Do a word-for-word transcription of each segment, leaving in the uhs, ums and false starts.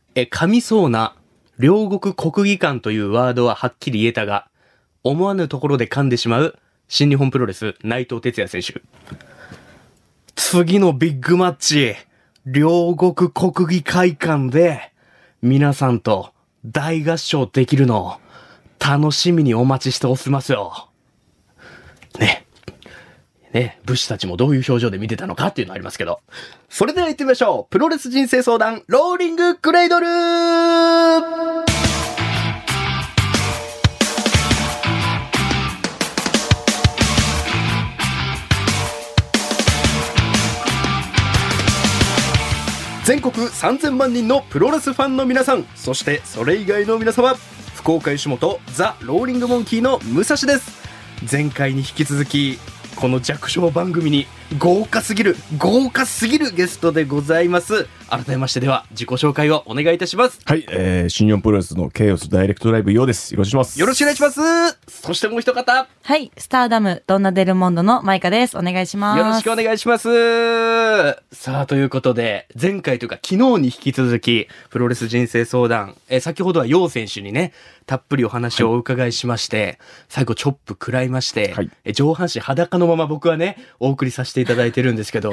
え、噛みそうな、両国国技館というワードははっきり言えたが、思わぬところで噛んでしまう、新日本プロレス、内藤哲也選手。次のビッグマッチ、両国国技会館で、皆さんと大合唱できるのを、楽しみにお待ちしておりますよ。ね。ね、武士たちもどういう表情で見てたのかっていうのありますけど。それでは行ってみましょう。プロレス人生相談、ローリングクレイドル。全国さんぜんまん人のプロレスファンの皆さん、そしてそれ以外の皆様、福岡吉本ザ・ローリングモンキーの武蔵です。前回に引き続き、この弱小番組に豪華すぎる豪華すぎるゲストでございます。改めましてでは自己紹介をお願いいたします。 はい、えー、新日本プロレスのケイオスダイレクトライブようです。よろしくお願いします。 よろしくお願いします。そしてもう一方。 はい、スターダムドンナデルモンドのマイカです。お願いします。 よろしくお願いします。さあ、ということで前回というか昨日に引き続きプロレス人生相談、えー、先ほどは楊選手にねたっぷりお話をお伺いしまして、はい、最後チョップ食らいまして、はい、え上半身裸のまま僕はねお送りさせていただいてるんですけど、はい、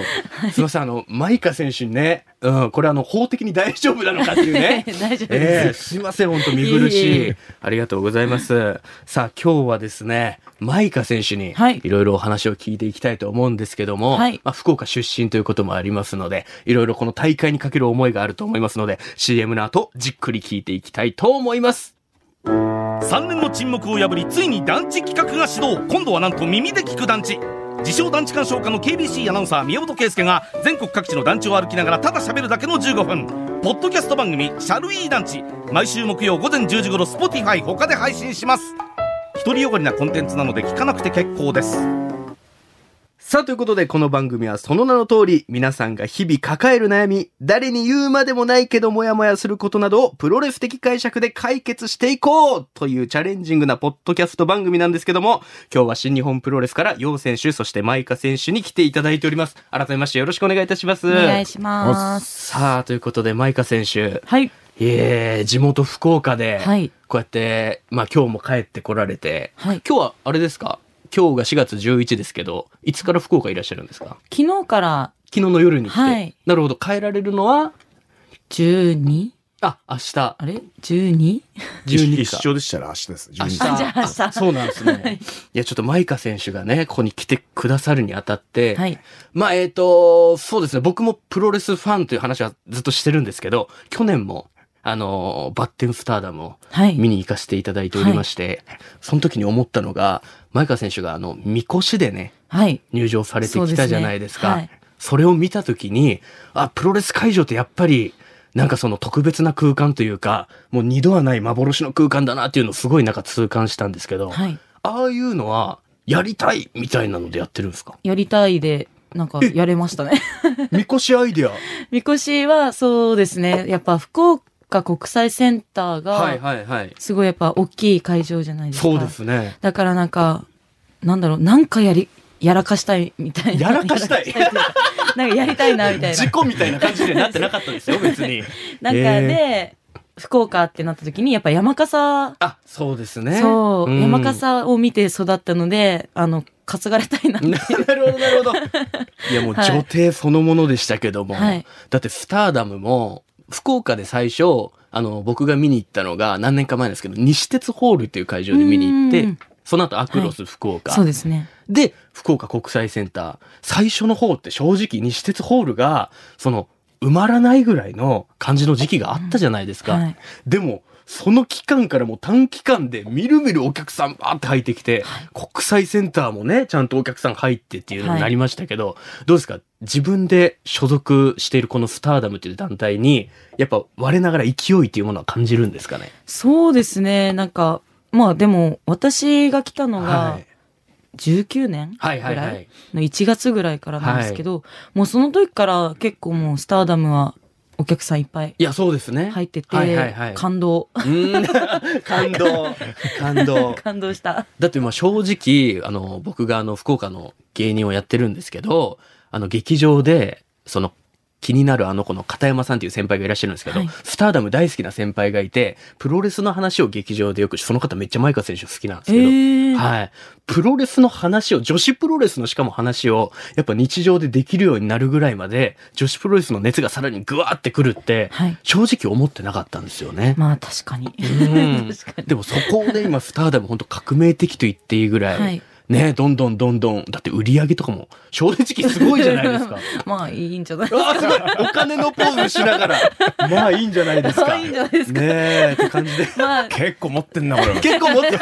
すいません、あのマイカ選手にね、うん、これあの法的に大丈夫なのかっていうね大丈夫です、 えー、すいません、本当見苦しい、いいいいありがとうございます。さあ今日はですねマイカ選手にいろいろお話を聞いていきたいと思うんですけども、はい、まあ、福岡出身ということもありますので、いろいろこの大会にかける思いがあると思いますので シーエム の後じっくり聞いていきたいと思います。 さんねんの沈黙を破りついに団地企画が始動。今度はなんと耳で聞く団地。自称団地鑑賞家の ケービーシー アナウンサー宮本圭介が全国各地の団地を歩きながらただ喋るだけのじゅうごふん。ポッドキャスト番組シャルイー団地、毎週木曜午前じゅうじ頃 Spotify 他で配信します。独りよがりなコンテンツなので聞かなくて結構です。 さあ、ということでこの番組はその名の通り、皆さんが日々抱える悩み、誰に言うまでもないけどモヤモヤすることなどをプロレス的解釈で解決していこうというチャレンジングなポッドキャスト番組なんですけども、今日は新日本プロレスから楊選手、そしてマイカ選手に来ていただいております。改めましてよろしくお願いいたします。 お願いします。 さあ、ということでマイカ選手、 はい、 えー、地元福岡で、 はい、 こうやってまあ今日も帰ってこられて、 はい、 今日はあれですか、今日がしがつじゅういちですけど、いつから福岡いらっしゃるんですか？ 昨日から。 昨日の夜に来て、 はい、なるほど。帰られるのはじゅうに？ あ、明日。 あれ じゅうに？ じゅうに 一緒でしたら明日です。 明日。 あ、じゃあ明日。 そうなんですね。はい、いや、ちょっとマイカ選手がね、ここに来てくださるにあたって、はい、まあ、えっと、そうですね、僕もプロレスファンという話はずっとしてるんですけど、去年も、あの、バッテンスターダムを見に行かせていただいておりまして、はい、その時に思ったのが、マイカ選手があの、みこしでね、はい、入場されてきたじゃないですか。そですね、はい、それを見た時に、あ、プロレス会場ってやっぱり、なんかその特別な空間というか、もう二度はない幻の空間だなっていうのをすごいなんか痛感したんですけど、はい、ああいうのはやりたいみたいなのでやってるんですか？ やりたいで、なんかやれましたね。 みこしアイデア。 みこしはそうですね、やっぱ福岡国際センターがすごいやっぱ大きい会場じゃないですか。 そうですね。 だからなんかなんだろう、なんかやりやらかしたいみたいな。 やらかしたい。 なんかやりたいなみたいな。 事故みたいな感じになってなかったですよ別に。 なんかで、福岡ってなった時にやっぱ山笠。 あ、そうですね。 そう、うん、山笠を見て育ったので、あの担がれたいなっていう。 なるほどなるほど。いやもう女帝そのものでしたけども、はい、だってスターダムも福岡で最初あの僕が見に行ったのが何年か前ですけど、西鉄ホールっていう会場で見に行って。その後アクロス福岡、はい、 そうですね。 で福岡国際センター、最初の方って正直西鉄ホールがその埋まらないぐらいの感じの時期があったじゃないですか、うんはい、でもその期間からもう短期間でみるみるお客さんバーって入ってきて、はい、国際センターもねちゃんとお客さん入ってっていうのになりましたけど、はい、どうですか、自分で所属しているこのスターダムっていう団体にやっぱ我ながら勢いっていうものは感じるんですかね？ そうですね、なんかまあでも私が来たのがじゅうきゅうねんぐらいのいちがつぐらいからなんですけど、もうその時から結構もうスターダムはお客さんいっぱい入ってて、感動感動感動感動した。 だってまあ正直あの僕があの福岡の芸人をやってるんですけど、あの劇場でその気になるあの子の片山さんっていう先輩がいらっしゃるんですけど、はい、スターダム大好きな先輩がいて、プロレスの話を劇場でよくし、その方めっちゃマイカ選手好きなんですけど、えー、はい。プロレスの話を、女子プロレスのしかも話を、やっぱ日常でできるようになるぐらいまで、女子プロレスの熱がさらにグワーってくるって、はい、正直思ってなかったんですよね。 まあ確かに。 うん確かに。でもそこで今スターダム本当革命的と言っていいぐらい、はいね、どんどんどんどん、だって売り上げとかも正直すごいじゃないですか。 まあいいんじゃないですか。 お金のポーズしながら、まあいいんじゃないですか。 まあいいんじゃないですか。 ねえ、って感じで。 まあ、結構持ってんな、これ。 結構持ってる。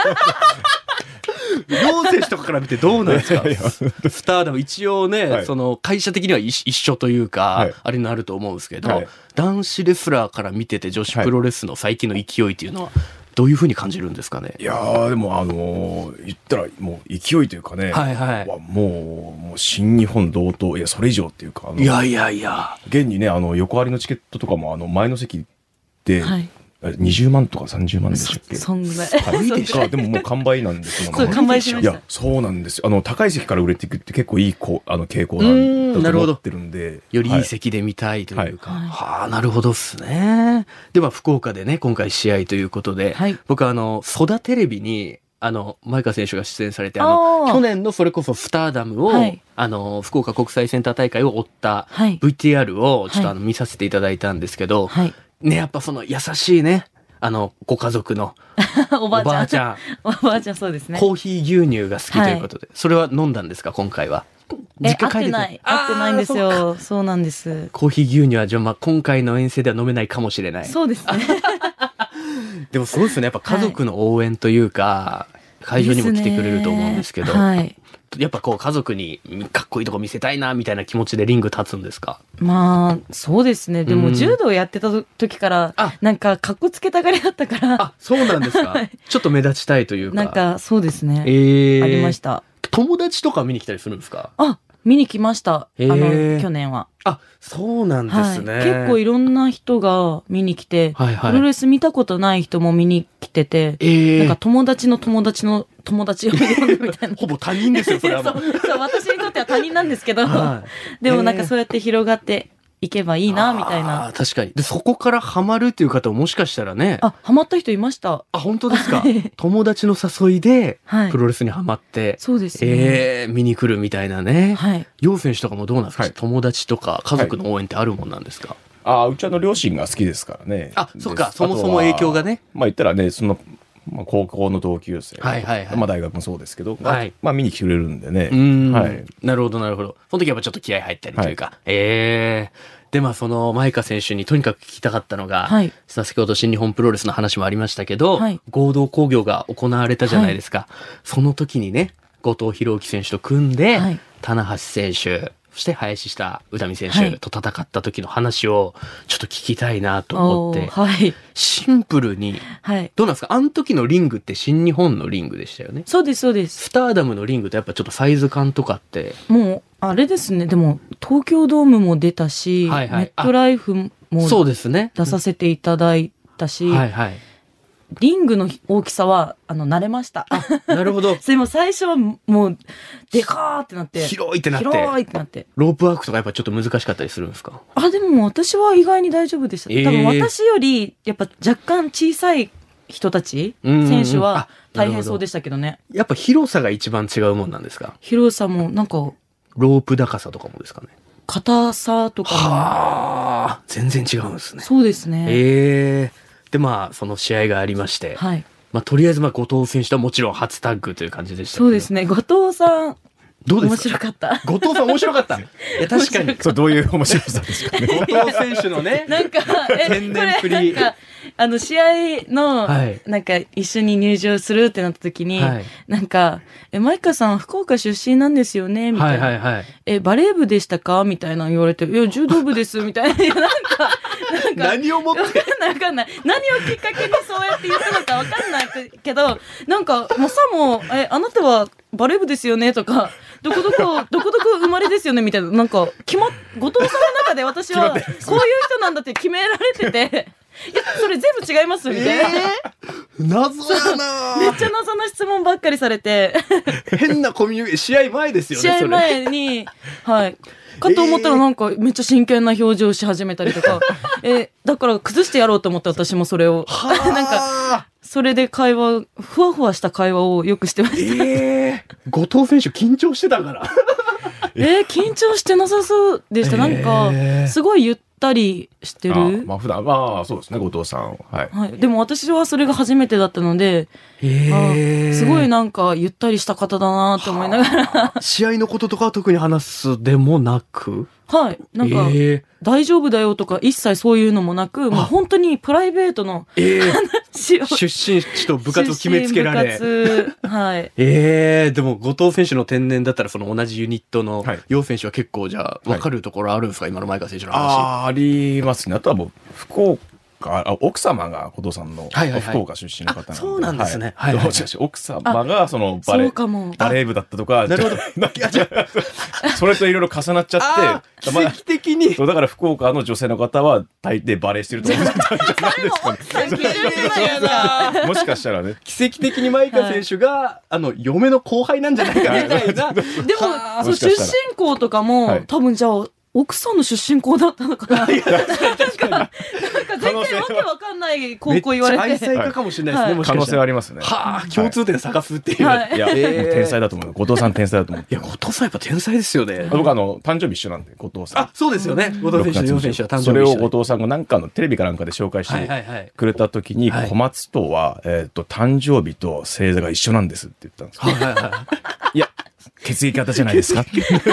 両選手とかから見てどうなんですか。スターダム一応ね、はい、その会社的には一緒というか、はい、あれになると思うんですけど、はい、男子レスラーから見てて女子プロレスの最近の勢いっていうのは、どういう風に感じるんですかね。 いやーでもあのー、言ったらもう勢いというかね、はいはい、もうもう新日本同等いやそれ以上っていうか、 いやいやいや現にねあの横ありのチケットとかもあの前の席で、はいにじゅうまんとかさんじゅうまんでしたっけ。 そんぐらい。 はいでかでももう完売なんですよ。 そう完売しました。 いやそうなんですよ。あの高い席から売れていくって結構いいこあの傾向なんだと思ってるんで、 よりいい席で見たいというか、はい、はあなるほどっすね。では福岡でね今回試合ということで、はい、僕はあのソダテレビにあの前川選手が出演されてあの去年のそれこそスターダムを、はい、あの福岡国際センター大会を追った ブイティーアール をちょっとあの見させていただいたんですけど、はい、ねやっぱその優しいね。あのご家族のおばあちゃんおばあちゃんそうですね。 コーヒー牛乳が好きということで、はい、それは飲んだんですか今回は。 実家帰ってない合ってないんですよ。そうなんです。 コーヒー牛乳はじゃあ、まあ、今回の遠征では飲めないかもしれない。 そうですね。 でもそうですねやっぱ家族の応援というか、はい、会場にも来てくれると思うんですけど、はい、やっぱこう家族にかっこいいとこ見せたいなみたいな気持ちでリング立つんですか。 まあそうですね。でも柔道やってた時からなんかかっこつけたがりだったから。 あそうなんですか。はい、ちょっと目立ちたいというか。 なんかそうですね、えー、ありました。 友達とか見に来たりするんですか。 あ見に来ました、えー、あの去年は。 あそうなんですね、 はい、結構いろんな人が見に来て、はいはい、プロレス見たことない人も見に来てて、えー、なんか友達の友達の友達を呼んでみたいなほぼ他人ですよそれはもうそうそう私にとっては他人なんですけど、はい、でもなんかそうやって広がっていけばいいなみたいな。 あ確かに。でそこからハマるっていう方ももしかしたらね。 あハマった人いました。 あ本当ですか。友達の誘いでプロレスにハマって、はい、 そうですね、 えー、見に来るみたいなね。はい。楊選手とかもどうなんですか、はい、友達とか家族の応援ってあるもんなんですか。はい、 あうちの両親が好きですからね。 あそっかそもそも影響がね。 まあ言ったらねそのまあ、高校の同級生、はいはいはい、まあ、大学もそうですけど、はい、まあ見に来てくれるんでね。うん、 はい、なるほどなるほど。その時はやっぱちょっと気合入ったりというか、はい、ええー、でまあそのマイカ選手にとにかく聞きたかったのが、はい、先ほど新日本プロレスの話もありましたけど、はい、合同興行が行われたじゃないですか、はい、その時にね後藤弘樹選手と組んで、はい、棚橋選手そして林下宇多美選手と戦った時の話をちょっと聞きたいなと思って、はい、シンプルに、はい、どうなんですかあの時のリングって新日本のリングでしたよね。 そうですそうです。 スターダムのリングってやっぱちょっとサイズ感とかってもうあれですね。でも東京ドームも出たし、はいはい、ネットライフもそうですね出させていただいたし、はいはい、リングの大きさはあの慣れました。 なるほど。 それも最初はもうでかーってなって広いってなって広いってなってロープワークとかやっぱちょっと難しかったりするんですか。 あでも私は意外に大丈夫でした、えー、多分私よりやっぱ若干小さい人たち選手は大変そうでしたけどね。 やっぱ広さが一番違うもんなんですか。 広さもなんかロープ高さとかもですかね。 硬さとかもはあ全然違うんですね。 そうですね。 えー、でまあその試合がありまして、はい、まあ、とりあえずまあ後藤選手とはもちろん初タッグという感じでしたけど。 そうですね。後藤さんどうですか。 面白かった。 後藤さん面白かった。いや確かに。 そうどういう面白さですかね。 後藤選手のね。 なんかえ天然プリ。 なんかあの試合の、はい、なんか一緒に入場するってなった時に、はい、なんかえマイカさん福岡出身なんですよねみたいな、はいはいはい、えバレー部でしたかみたいな言われていや柔道部ですみたいななんかなんか何をもってなんか何をきっかけにそうやって言ったのか分かんないけどなんかもうさもえあなたはバレー部ですよねとかどこどこどこどこ生まれですよねみたいななんか決ま後藤さんの中で私はこういう人なんだって決められてていやそれ全部違いますみたいな、えー、 謎やなめっちゃ謎な質問ばっかりされて変なコミュニケーション、試合前ですよね。 試合前にはいかと思ったらなんかめっちゃ真剣な表情し始めたりとか、えー、だから崩してやろうと思って私もそれをなんかそれで会話ふわふわした会話をよくしてました。 えー、後藤選手緊張してたからえー、緊張してなさそうでした。なんかすごいゆったりしてる。 あまあ普段まあそうですね後藤さん、はいはい、でも私はそれが初めてだったので、 えー、 すごいなんかゆったりした方だなと思いながら試合のこととかは特に話すでもなく、 はいなんか、えー、大丈夫だよとか一切そういうのもなく、もう本当にプライベートの話を、えー、 出身地と部活を決めつけられ、 部活はいえー、でも後藤選手の天然だったらその同じユニットの楊選手は結構じゃあ分かるところあるんですか、はい、今の前川選手の話。 あありますね。あとはもう福岡あ奥様が後藤さんの福岡出身の方なんで、 そうなんですね、 はいはいはい、奥様がそのバレーバレー部だったとか、 なるほどそれといろいろ重なっちゃって奇跡的に、 まあ、だから福岡の女性の方は大抵バレーしてると思うんじゃないですかねもしかしたらね奇跡的に前川選手が、はい、あの嫁の後輩なんじゃないかみたいなでもそう出身校とかも、はい、多分じゃあ奥さんの出身校だったのかななんか、なんか全然わけわかんない高校言われて。 めっちゃ愛妻家かもしれないですね、はい、もしかしたら。 可能性はありますね。 はあ、共通点探すっていう。 はい、いや、えー、天才だと思う。後藤さん天才だと思う。 いや、後藤さんやっぱ天才ですよね。 僕あの、誕生日一緒なんで、後藤さん。 あ、そうですよね。後藤選手、楊選手は誕生日一緒。 それを後藤さんがなんかのテレビかなんかで紹介してくれたときに、はいはいはい、小松とは、えっと、誕生日と星座が一緒なんですって言ったんです。はいはいはい。いや、血液型じゃないですか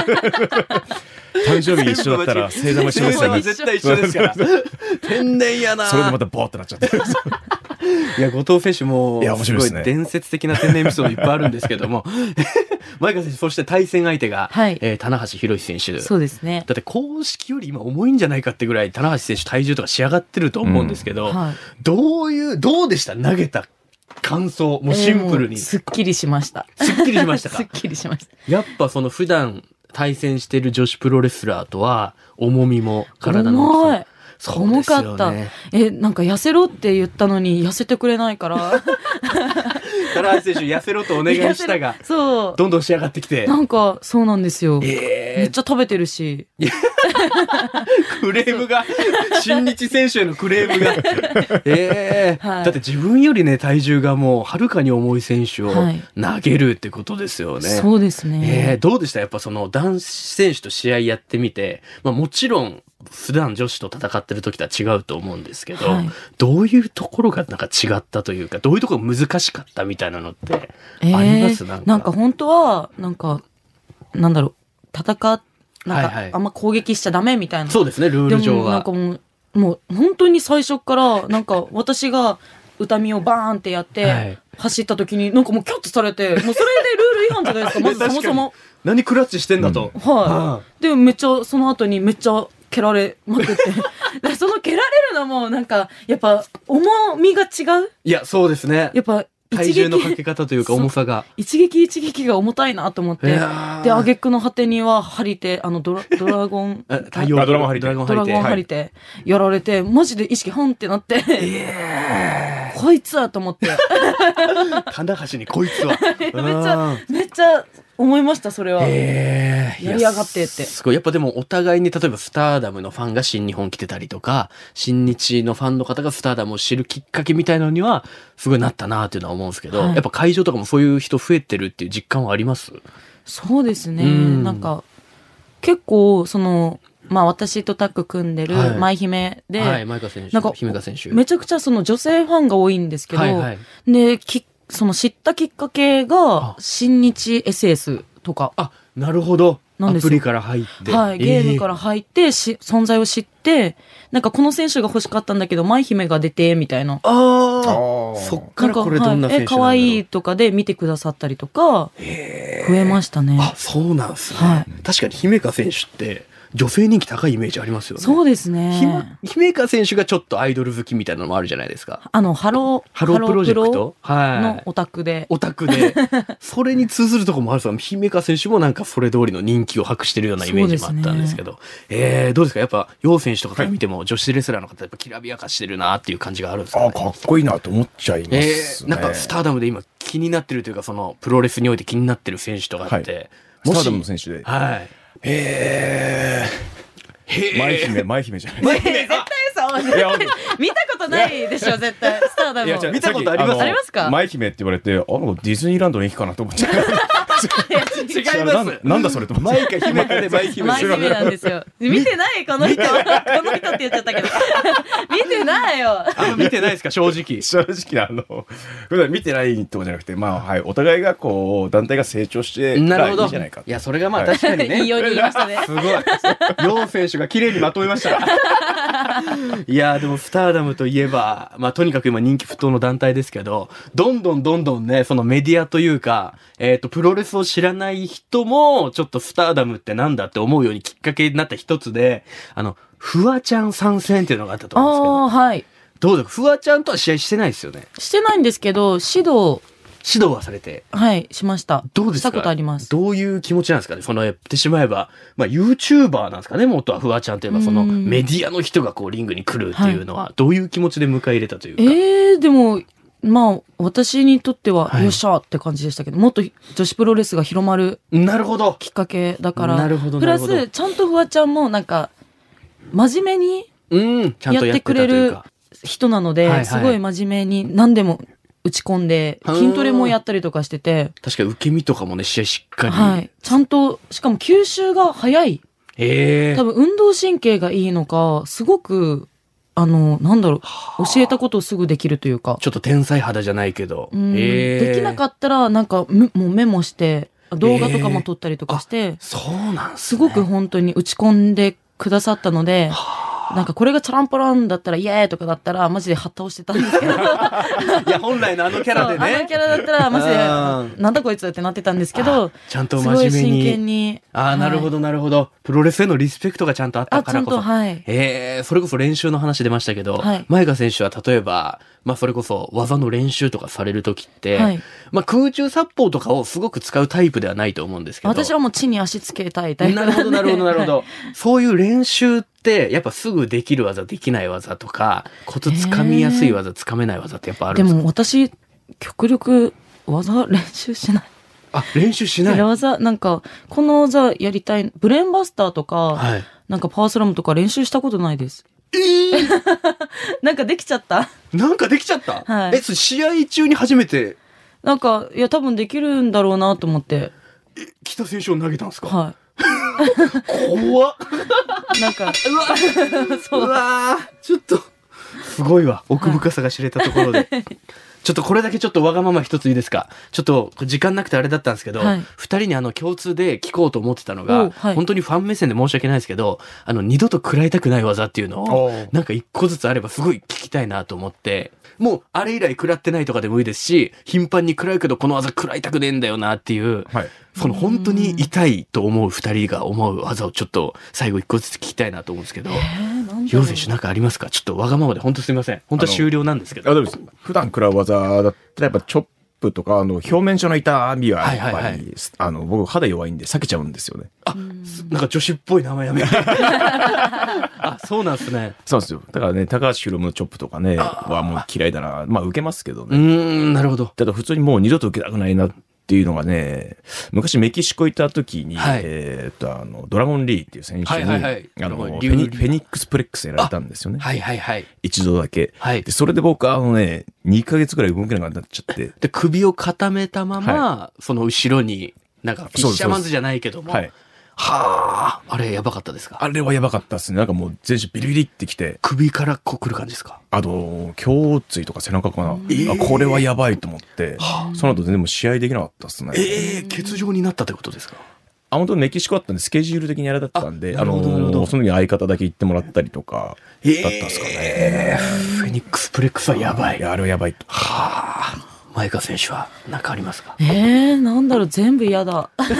誕生日一緒だったら星座も一緒ですよね。 絶対一緒ですから天然やな。 それでまたボーってなっちゃっていや後藤選手もすごい伝説的な天然エピソードいっぱいあるんですけども前川選手、そして対戦相手が、はいえー、棚橋宏選手。 そうですね。 だって公式より今重いんじゃないかってぐらい棚橋選手体重とか仕上がってると思うんですけど、うんはい、どういうどうでした投げた感想。もうシンプルに、えー、 すっきりしました。 すっきりしましたかすっきりしました。 やっぱその普段対戦してる女子プロレスラーとは重みも体の重い。重かった。え、なんか痩せろって言ったのに痩せてくれないから。 棚橋選手痩せろとお願いしたが、そう。どんどん仕上がってきて。 なんかそうなんですよ。えー、めっちゃ食べてるし。 クレームが、新日選手へのクレームが。えーはい、だって自分よりね、体重がもうはるかに重い選手を投げるってことですよね。はい、 そうですね。 えー、どうでした？やっぱその男子選手と試合やってみて、まあもちろん、普段女子と戦ってる時とは違うと思うんですけど、はい、どういうところがなんか違ったというか、どういうところが難しかったみたいなのってあります？えー、なんかなんか本当はなんかなんだろう戦っなんか、はいはい、あんま攻撃しちゃダメみたいな。 そうですね、ルール上は。 でもなんかもうもう本当に最初からなんか私が歌見をバーンってやって、はい、走った時になんかもうキャッチされて、もうそれでルール違反じゃないですか。まずそもそも何クラッチしてんだと。 うん、はい、あ。でもめっちゃその後にめっちゃ蹴られまくってその蹴られるのもなんかやっぱ重みが違う。 いやそうですね。 やっぱ体重のかけ方というか重さが一撃一撃が重たいなと思って、で挙句の果てには張り手あのド ラ, ドラゴン太陽ドラゴン張り手ドラゴン張り手やられて、マジで意識ホンってなって、えー、こいつはと思って棚橋にこいつはめっちゃめっちゃ思いました。それは、えー、やりやがってって。 すごい。やっぱでもお互いに例えばスターダムのファンが新日本来てたりとか、新日のファンの方がスターダムを知るきっかけみたいなのにはすごいなったなっていうのは思うんですけど、はい、やっぱ会場とかもそういう人増えてるっていう実感はあります？ そうですね。んなんか結構そのまあ私とタッグ組んでる舞姫で、はいはい、 前川選手、なんか姫川選手めちゃくちゃその女性ファンが多いんですけど、はいはい、できその知ったきっかけが新日 エスエス とか。 あ、なるほど。アプリから入って、 はい、ゲームから入ってし、えー、存在を知って、なんかこの選手が欲しかったんだけど舞姫が出てみたいな。 ああ、そっからこれどんな選手なんだろう。 え、可愛いとかで見てくださったりとか増えましたね。 あ、そうなんですね。はい、確かに姫香選手って女性人気高いイメージありますよね。 そうですね。 姫川選手がちょっとアイドル好きみたいなのもあるじゃないですか。 あの、ハロー、 ハロープロジェクトのオタクで。 オタクで。それに通ずるところもあるさ、姫川選手もなんかそれ通りの人気を博してるようなイメージもあったんですけど。ね、えー、どうですかやっぱ、楊選手とかから見ても女子レスラーの方やっぱきらびやかしてるなっていう感じがあるんですかね。 あ、かっこいいなと思っちゃいますね。 えー、なんかスターダムで今気になってるというか、そのプロレスにおいて気になってる選手とかって、はい、 スターダムの選手で。 はい。 へー。前姫、前姫じゃない。 前姫、絶対そう。いや見たことないでしょ、絶対。スターダム。 見たことあります。 ありますか？ 前姫って言われて、あのディズニーランドの駅かなと思っちゃう。 違います。 なんだそれと思って。 前か姫かで前姫。 前姫なんですよ。見てないこの人。この人って言っちゃったけど。見てないよ。 あんま見てないですか正直。 正直あの普段見てないとかじゃなくて、まあはいお互いがこう団体が成長してなるほどいいじゃないか。 いやそれがまあ確かにね。 いいように言いましたね。 すごい。楊選手が綺麗にまとめました。いやでもスターダムといえばまあとにかく今人気沸騰の団体ですけど、どんどんどんどんねそのメディアというかえっとプロレスを知らない人もちょっとスターダムってなんだって思うようにきっかけになった一つで、あのフワちゃん参戦っていうのがあったと思うんですけど。 ああはい。 どうですかフワちゃんとは試合してないですよね。 してないんですけど指導指導はされてはいしました。 どうですか。 したことあります。 どういう気持ちなんですかね。その言ってしまえばまあ YouTuber なんですかね。元はフワちゃんといえばそのメディアの人がこうリングに来るっていうのはどういう気持ちで迎え入れたというか。 えー、でもまあ私にとっては、はい、よっしゃーって感じでしたけど、もっと女子プロレスが広まるなるほどきっかけだから。 なるほどプラスちゃんとフワちゃんもなんか真面目にやってくれる人なので、うん、すごい真面目に何でも打ち込んで筋トレもやったりとかしてて、 確かに受け身とかもね試合しっかり、 はい、ちゃんとしかも吸収が早い。 へー。 多分運動神経がいいのかすごくあのなんだろう教えたことをすぐできるというか、 ちょっと天才肌じゃないけど、 うん、できなかったらなんかもうメモして動画とかも撮ったりとかして、 そうなんすごく本当に打ち込んでくださったので、なんかこれがチャランポランだったらイエーイとかだったらマジではったをしてたんですけどいや本来のあのキャラでね、 あのキャラだったらマジでなんだこいつってなってたんですけど、 ちゃんと真面目にすごい真剣に、 ああ、はい、なるほどなるほど。プロレスへのリスペクトがちゃんとあったからこそ、 あちゃんと、はい、 えー、それこそ練習の話出ましたけど、はい、前川選手は例えばまあそれこそ技の練習とかされるときって、はい、まあ空中殺法とかをすごく使うタイプではないと思うんですけど、 私はもう地に足つけたいタイプなんで。 なるほどなるほどなるほど、はい、そういう練習ってやっぱすぐできる技できない技とかコツつかみやすい技つかめない技ってやっぱあるんですか。 でも私極力技練習しない。 あ、練習しない。 技なんかこの技やりたいブレーンバスターとか、はい、なんかパワースラムとか練習したことないです。 えー、 なんかできちゃった。 なんかできちゃった。 はい、 え、試合中に初めて。 なんかいや多分できるんだろうなと思って。 え、北選手を投げたんですか。 はい。 怖っ。 なんかうわそううわちょっとすごいわ奥深さが知れたところで、はい、ちょっとこれだけちょっとわがまま一ついいですか。ちょっと時間なくてあれだったんですけど、はい、ふたりにあの共通で聞こうと思ってたのが、はい、本当にファン目線で申し訳ないですけど、あの二度と食らいたくない技っていうのをなんか一個ずつあればすごい聞きたいなと思って、もうあれ以来食らってないとかでもいいですし、頻繁に食らうけどこの技食らいたくねえんだよなっていう、はい、その本当に痛いと思うふたりが思う技をちょっと最後一個ずつ聞きたいなと思うんですけど、楊選手なんかありますか。ちょっとわがままで本当すみません。本当は終了なんですけど。 あの普段食らう技だったらやっぱチョップとかあの表面上の痛みはやっぱり、はいはいはい、あの僕肌弱いんで避けちゃうんですよね。 あ、なんか女子っぽい名前やめて。あ、そうなんですね。 そうですよ。だからね、高橋宏夢のチョップとかねはもう嫌いだな。まあ受けますけどね。 うーん、なるほど。 ただ普通にもう二度と受けたくないなっていうのがね、昔メキシコ行った時に、はい、えー、っとあのドラゴンリーっていう選手に、はいはいはい、あのフェニ、フェニックスプレックスやられたんですよね。 はいはいはい。 一度だけ。はい。でそれで僕あのねにかげつぐらい動けなくなっちゃって。 で首を固めたまま、はい、その後ろになんかフィッシャーマンズじゃないけども。はい。はあ、あれやばかったですか。 あれはやばかったですね。なんかもう全身ビリビリってきて首からこうくる感じですか。 あと胸椎とか背中かな、えー、あこれはやばいと思って、その後全然もう試合できなかったですね。 えー、欠場になったってことですか。 あ、本当にメキシコだったんでスケジュール的にあれだったんで、あ, あのー、その時に相方だけ行ってもらったりとかだったんですかね。 えー、フェニックスプレックスはやばい。 いやあれはやばいと。 はあ。前川選手は何かありますか。 えー、なんだろう全部嫌だ。全部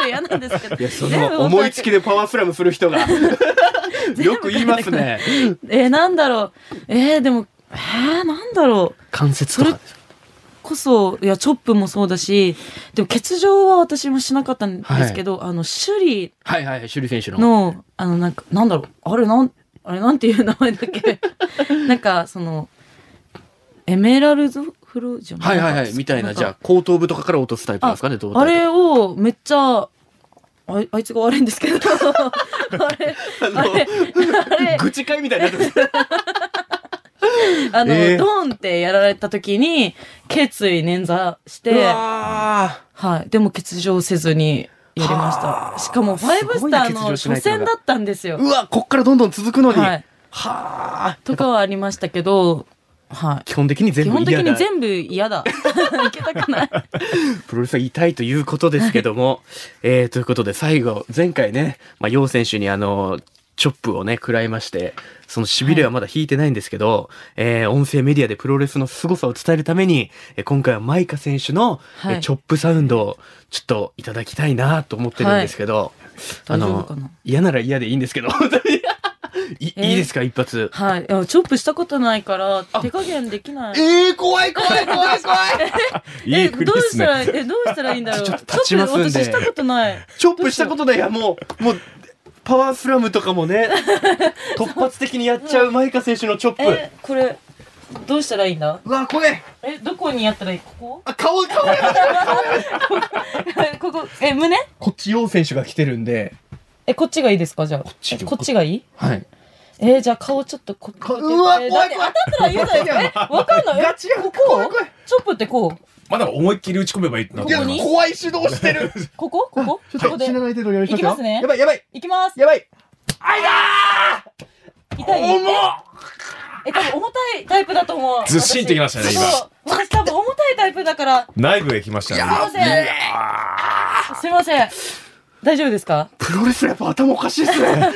と嫌なんですけど。 いや、その思いつきでパワースラムする人がよく言いますね。 えー、なんだろう。えー、でも、えー、なんだろう。 関節とかですかこそ、いや、チョップもそうだし、でも欠場は私もしなかったんですけど、はい、あの、首里。 はいはいはい、首里選手の。 の、あの、なんか、なんだろう。あれ、なん、あれ、なんていう名前だっけなんか、その、エメラルドフローじゃないはいはいはい、みたいな、じゃあ、後頭部とかから落とすタイプなんですかね、 ああれを、めっちゃ、ああいつが悪いんですけど、あれ、 あれ、あれ、愚痴会みたいになってます。 あの、えー、ドンってやられた時に、頸椎捻挫して、はい。でも欠場せずにやりました。しかも、ファイブスターの初戦だったんですよ。 うわ、こっからどんどん続くのに。はい。 はあ。とかはありましたけど、はい。 基本的に全部嫌だ。 基本的に全部嫌だ。いけたくない。 プロレスは痛いということですけども、えー、ということで最後、前回ね、まあ、楊選手にあの、チョップをね、食らいまして、その痺れはまだ引いてないんですけど、はい、えー、音声メディアでプロレスの凄さを伝えるために、え今回はマイカ選手の、はい、チョップサウンドをちょっといただきたいなと思ってるんですけど、はい、あの、嫌なら嫌でいいんですけど、本当に。い, えー、いいですか一発。 はい。チョップしたことないから手加減できない。 えー、怖い怖い怖い怖い。 いい振りですね。 どうしたらえどうしたらいいんだろう。 ちょっと立ちますんで。 チョップ私したことない。 チョップしたことない。いやもうもうパワースラムとかもね突発的にやっちゃうマイカ選手のチョップ。 えこれどうしたらいいんだ。 うわ怖い。 えどこにやったらいい。ここ。 あ顔顔。 ここえ胸。 こっち楊選手が来てるんで。 えこっちがいいですかじゃあ。こっちこっちがいい。はい。えー、じゃあ顔ちょっとこうやって。うわ、怖い怖い。 当たったら言うだよ。え、わかんない。 ガチや。 ここチョップってこう。 まだ思いっきり打ち込めばいいってなってる。怖い指導してる。 ここここちょっと死なない程度やりましょう。 いきますね。 やばいやばい。 いきます。 やばい。あいだー痛い。 重っ。 え、多分重たいタイプだと思う。 ずっしんってきましたね、 今。私多分重たいタイプだから。 内部へ来ましたね。 すいません。すいません。大丈夫ですか。 プロレスやっぱ頭おかしいっすね。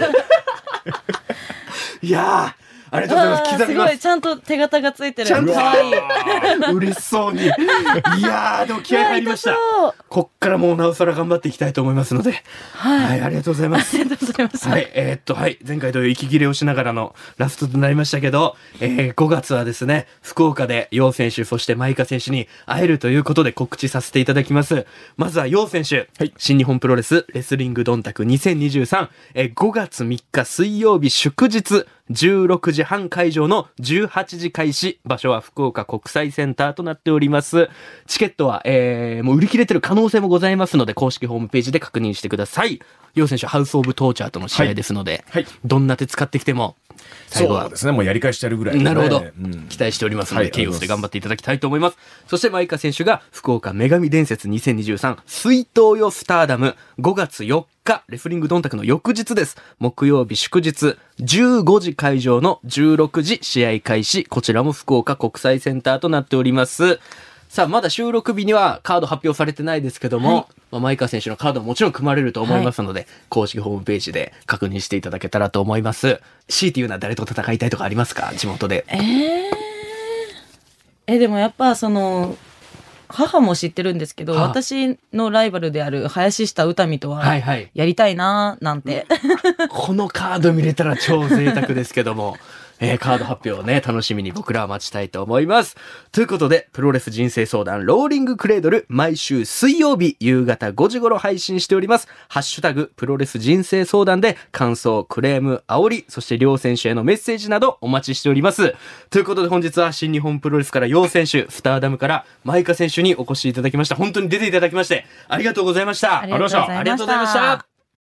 いやー、ありがとうございます。刻みます。すごい、 ちゃんと手形がついてる。 ちゃんと。 かわいい。 嬉しそうに。いやー、でも気合入りました。こっからもうなおさら頑張っていきたいと思いますので。はい。はい、ありがとうございます。 ありがとうございます。 はい、えー、っと、はい。前回同様息切れをしながらのラストとなりましたけど、えー、ごがつはですね、福岡で楊選手、そしてマイカ選手に会えるということで告知させていただきます。まずは楊選手、はい、新日本プロレスレスリングドンタクにせんにじゅうさん、えー、ごがつみっか水曜日祝日、じゅうろくじはん会場のじゅうはちじ開始。場所は福岡国際センターとなっております。チケットは、えー、もう売り切れてる可能性もございますので、公式ホームページで確認してください。楊選手、ハウスオブトーチャーとの試合ですので、はいはい、どんな手使ってきても、 最後はそうですね、もうやり返してやるぐらい、ね、 なるほど、うん、期待しておりますので、はい、ケイオスで頑張っていただきたいと思います。そしてマイカ選手が福岡女神伝説にせんにじゅうさん水筒よスターダムごがつよっかレスリングドンタクの翌日です。木曜日祝日じゅうごじ会場のじゅうろくじ試合開始。こちらも福岡国際センターとなっております。さあ、まだ収録日にはカード発表されてないですけども、はい、まあ、マイカ選手のカードももちろん組まれると思いますので、はい、公式ホームページで確認していただけたらと思います。強いて言うのは誰と戦いたいとかありますか、地元で。 えー、え、でもやっぱその、母も知ってるんですけど、はあ、私のライバルである林下歌美とはやりたいなーなんて、 はいはい、このカード見れたら超贅沢ですけどもえー、カード発表をね、楽しみに僕らは待ちたいと思います。ということで、プロレス人生相談、ローリングクレードル、毎週水曜日夕方ごじ頃配信しております。ハッシュタグ、プロレス人生相談で、感想、クレーム、煽り、そして両選手へのメッセージなどお待ちしております。ということで本日は新日本プロレスから楊選手、スターダムからマイカ選手にお越しいただきました。本当に出ていただきまして、ありがとうございました。 ありがとうございました。 ありがとうございました。